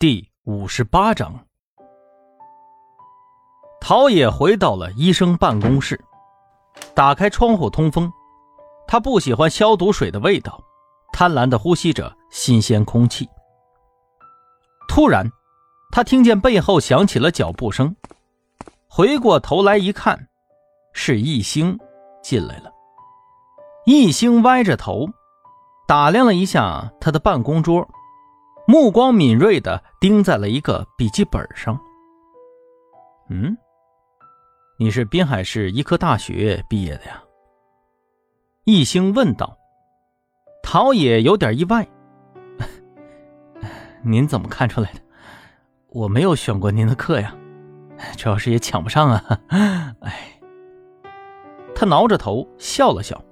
第58章。陶冶回到了医生办公室，打开窗户通风。他不喜欢消毒水的味道，贪婪地呼吸着新鲜空气。突然，他听见背后响起了脚步声，回过头来一看，是易星进来了。易星歪着头，打量了一下他的办公桌，目光敏锐地盯在了一个笔记本上。你是滨海市医科大学毕业的呀？易星问道。陶冶有点意外。您怎么看出来的？我没有选过您的课呀，主要是也抢不上啊。他挠着头笑了笑。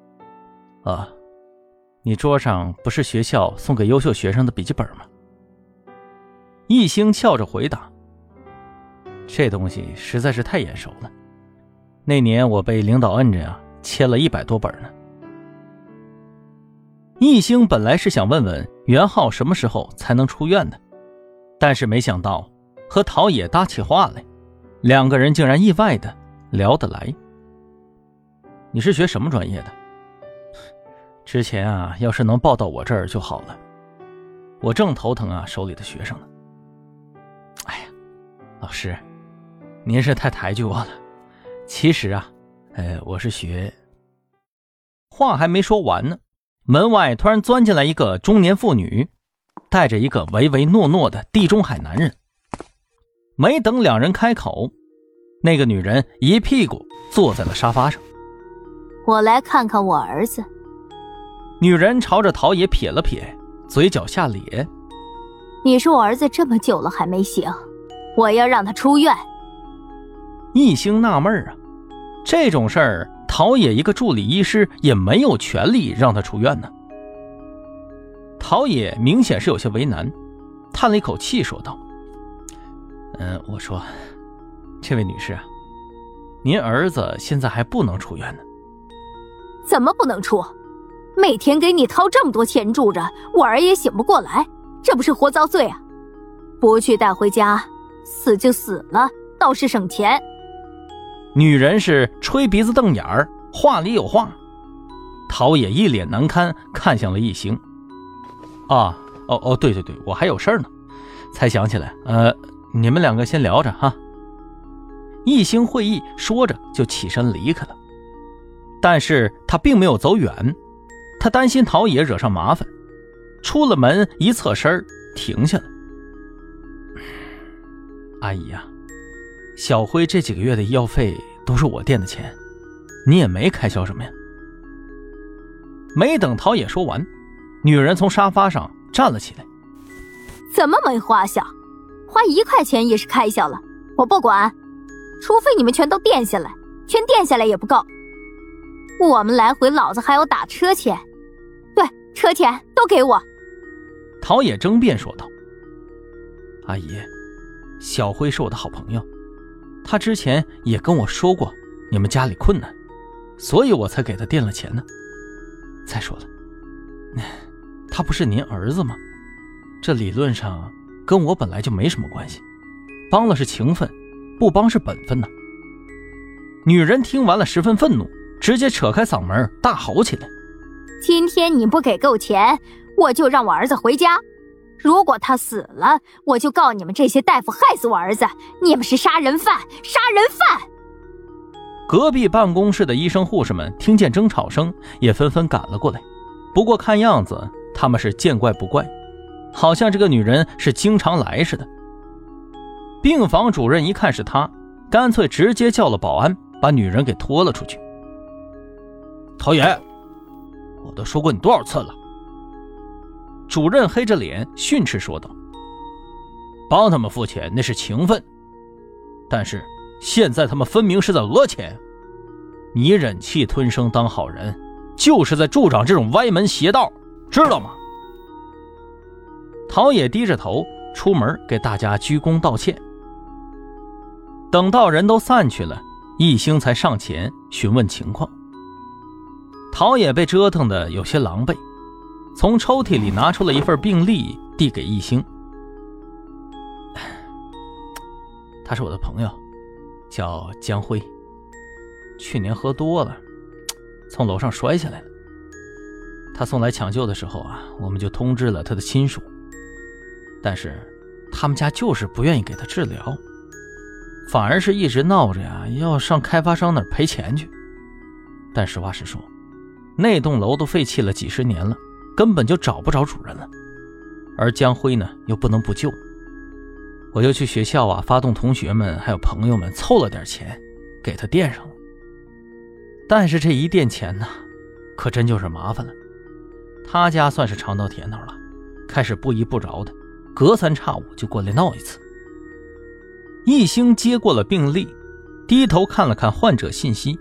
你桌上不是学校送给优秀学生的笔记本吗？易星笑着回答。这东西实在是太眼熟了，那年我被领导摁着呀，签了100多本呢。易星本来是想问问袁浩什么时候才能出院的，但是没想到和陶冶搭起话来，两个人竟然意外的聊得来。你是学什么专业的？之前啊，要是能报到我这儿就好了，我正头疼啊手里的学生呢。老师，您是太抬举我了。其实啊，我是学……话还没说完呢，门外突然钻进来一个中年妇女，带着一个唯唯诺诺的地中海男人。没等两人开口，那个女人一屁股坐在了沙发上。 我来看看我儿子。 女人朝着陶冶撇了撇，嘴角下咧。 你说我儿子这么久了还没醒，我要让他出院。 易星纳闷啊，这种事儿陶冶一个助理医师也没有权利让他出院呢。陶冶明显是有些为难，叹了一口气说道：我说，这位女士啊，您儿子现在还不能出院呢。 怎么不能出？每天给你掏这么多钱住着，我儿也醒不过来，这不是活遭罪啊！不去带回家，死就死了，倒是省钱。 女人是吹鼻子瞪眼儿，话里有话。陶冶一脸难堪，看向了易星。对，我还有事儿呢，才想起来。你们两个先聊着哈。易星会意，说着就起身离开了。但是他并没有走远，他担心陶冶惹上麻烦，出了门一侧身停下了。阿姨啊，小辉这几个月的医药费都是我垫的钱，你也没开销什么呀？没等陶冶说完，女人从沙发上站了起来。 怎么没花销？花1块钱也是开销了，我不管，除非你们全都垫下来，全垫下来也不够。我们来回老子还要打车钱，对，车钱都给我。 陶冶争辩说道。阿姨，小辉是我的好朋友，他之前也跟我说过你们家里困难，所以我才给他垫了钱呢。再说了，他不是您儿子吗？这理论上跟我本来就没什么关系，帮了是情分，不帮是本分呢。女人听完了十分愤怒，直接扯开嗓门大吼起来。 今天你不给够钱，我就让我儿子回家，如果他死了，我就告你们这些大夫害死我儿子，你们是杀人犯，杀人犯！ 隔壁办公室的医生护士们听见争吵声，也纷纷赶了过来。不过看样子他们是见怪不怪，好像这个女人是经常来似的。病房主任一看是她，干脆直接叫了保安，把女人给拖了出去。陶冶，我都说过你多少次了？主任黑着脸训斥说道。帮他们付钱那是情分，但是现在他们分明是在讹钱，你忍气吞声当好人，就是在助长这种歪门邪道，知道吗？陶冶低着头出门给大家鞠躬道歉。等到人都散去了，易星才上前询问情况。陶冶被折腾得有些狼狈，从抽屉里拿出了一份病历递给易星。 他是我的朋友，叫江辉。去年喝多了，从楼上摔下来了。他送来抢救的时候啊，我们就通知了他的亲属，但是他们家就是不愿意给他治疗，反而是一直闹着呀，要上开发商那儿赔钱去。但实话实说，那栋楼都废弃了几十年了，根本就找不着主人了。而江辉呢，又不能不救。我就去学校啊，发动同学们还有朋友们凑了点钱，给他垫上了。但是这一垫钱呢，可真就是麻烦了。他家算是尝到甜头了，开始不依不饶的，隔三差五就过来闹一次。一兴接过了病历，低头看了看患者信息。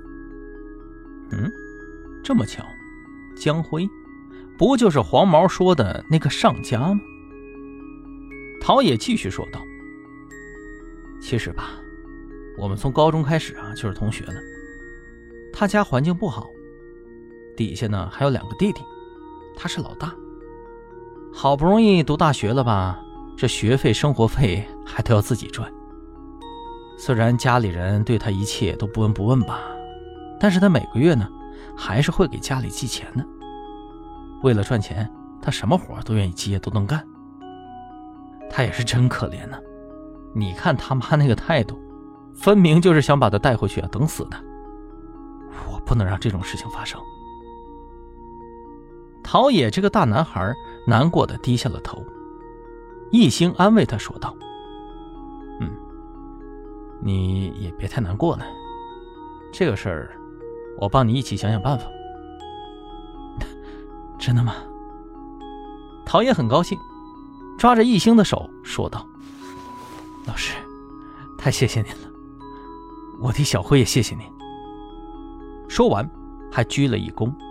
这么巧，江辉不就是黄毛说的那个上家吗？陶冶继续说道，其实吧，我们从高中开始啊就是同学了。他家环境不好，底下呢还有2个弟弟，他是老大。好不容易读大学了吧，这学费生活费还都要自己赚。虽然家里人对他一切都不闻不问吧，但是他每个月呢还是会给家里寄钱的。为了赚钱，他什么活都愿意接，都能干。他也是真可怜呢，你看他妈那个态度，分明就是想把他带回去啊，等死的。我不能让这种事情发生。陶冶这个大男孩难过的低下了头。一兴安慰他说道，你也别太难过了，这个事儿我帮你一起想想办法。真的吗？陶冶很高兴，抓着一兴的手说道，老师太谢谢您了，我替小辉也谢谢您。说完还鞠了一躬。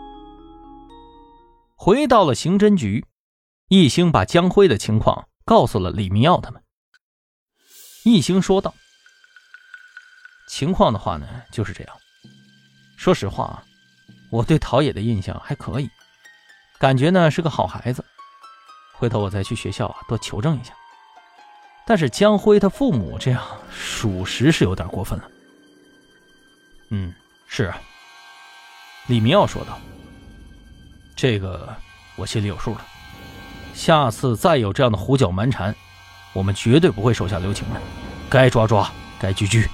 回到了刑侦局，一兴把江辉的情况告诉了李明耀他们。一兴说道，情况的话呢就是这样，说实话啊，我对陶冶的印象还可以，感觉呢是个好孩子，回头我再去学校啊多求证一下。但是江辉他父母这样属实是有点过分了。是啊，李明耀说道，这个我心里有数的，下次再有这样的胡搅蛮缠，我们绝对不会手下留情的，该抓抓，该拘拘。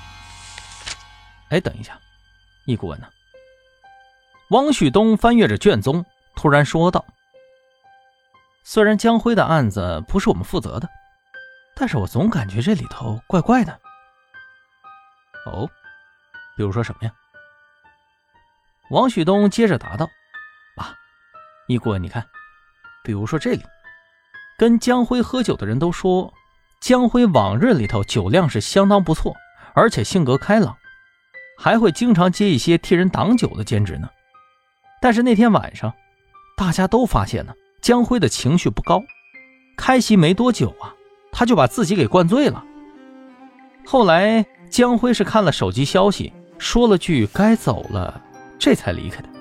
等一下，易顾问呢？汪旭东翻阅着卷宗，突然说道，虽然江辉的案子不是我们负责的，但是我总感觉这里头怪怪的。哦，比如说什么呀？王旭东接着答道，易顾问你看，比如说这里，跟江辉喝酒的人都说，江辉往日里头酒量是相当不错，而且性格开朗，还会经常接一些替人挡酒的兼职呢。但是那天晚上，大家都发现了江辉的情绪不高，开席没多久啊，他就把自己给灌醉了。后来江辉是看了手机消息，说了句该走了，这才离开的。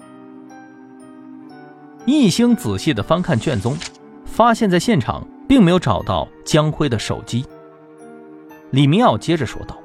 一兴仔细地翻看卷宗，发现在现场并没有找到江辉的手机。李明耀接着说道，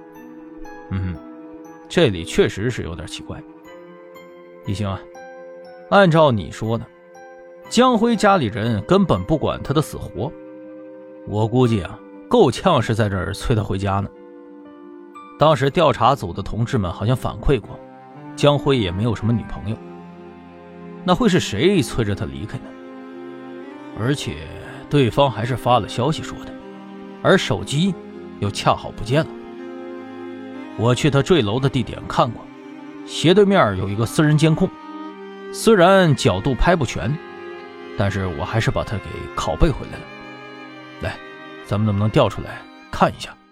这里确实是有点奇怪。一兴啊，按照你说的，江辉家里人根本不管他的死活，我估计啊，够呛是在这儿催他回家呢。当时调查组的同志们好像反馈过，江辉也没有什么女朋友，那会是谁催着他离开呢？而且对方还是发了消息说的，而手机又恰好不见了。我去他坠楼的地点看过，斜对面有一个私人监控，虽然角度拍不全，但是我还是把它给拷贝回来了。来，咱们能不能调出来看一下？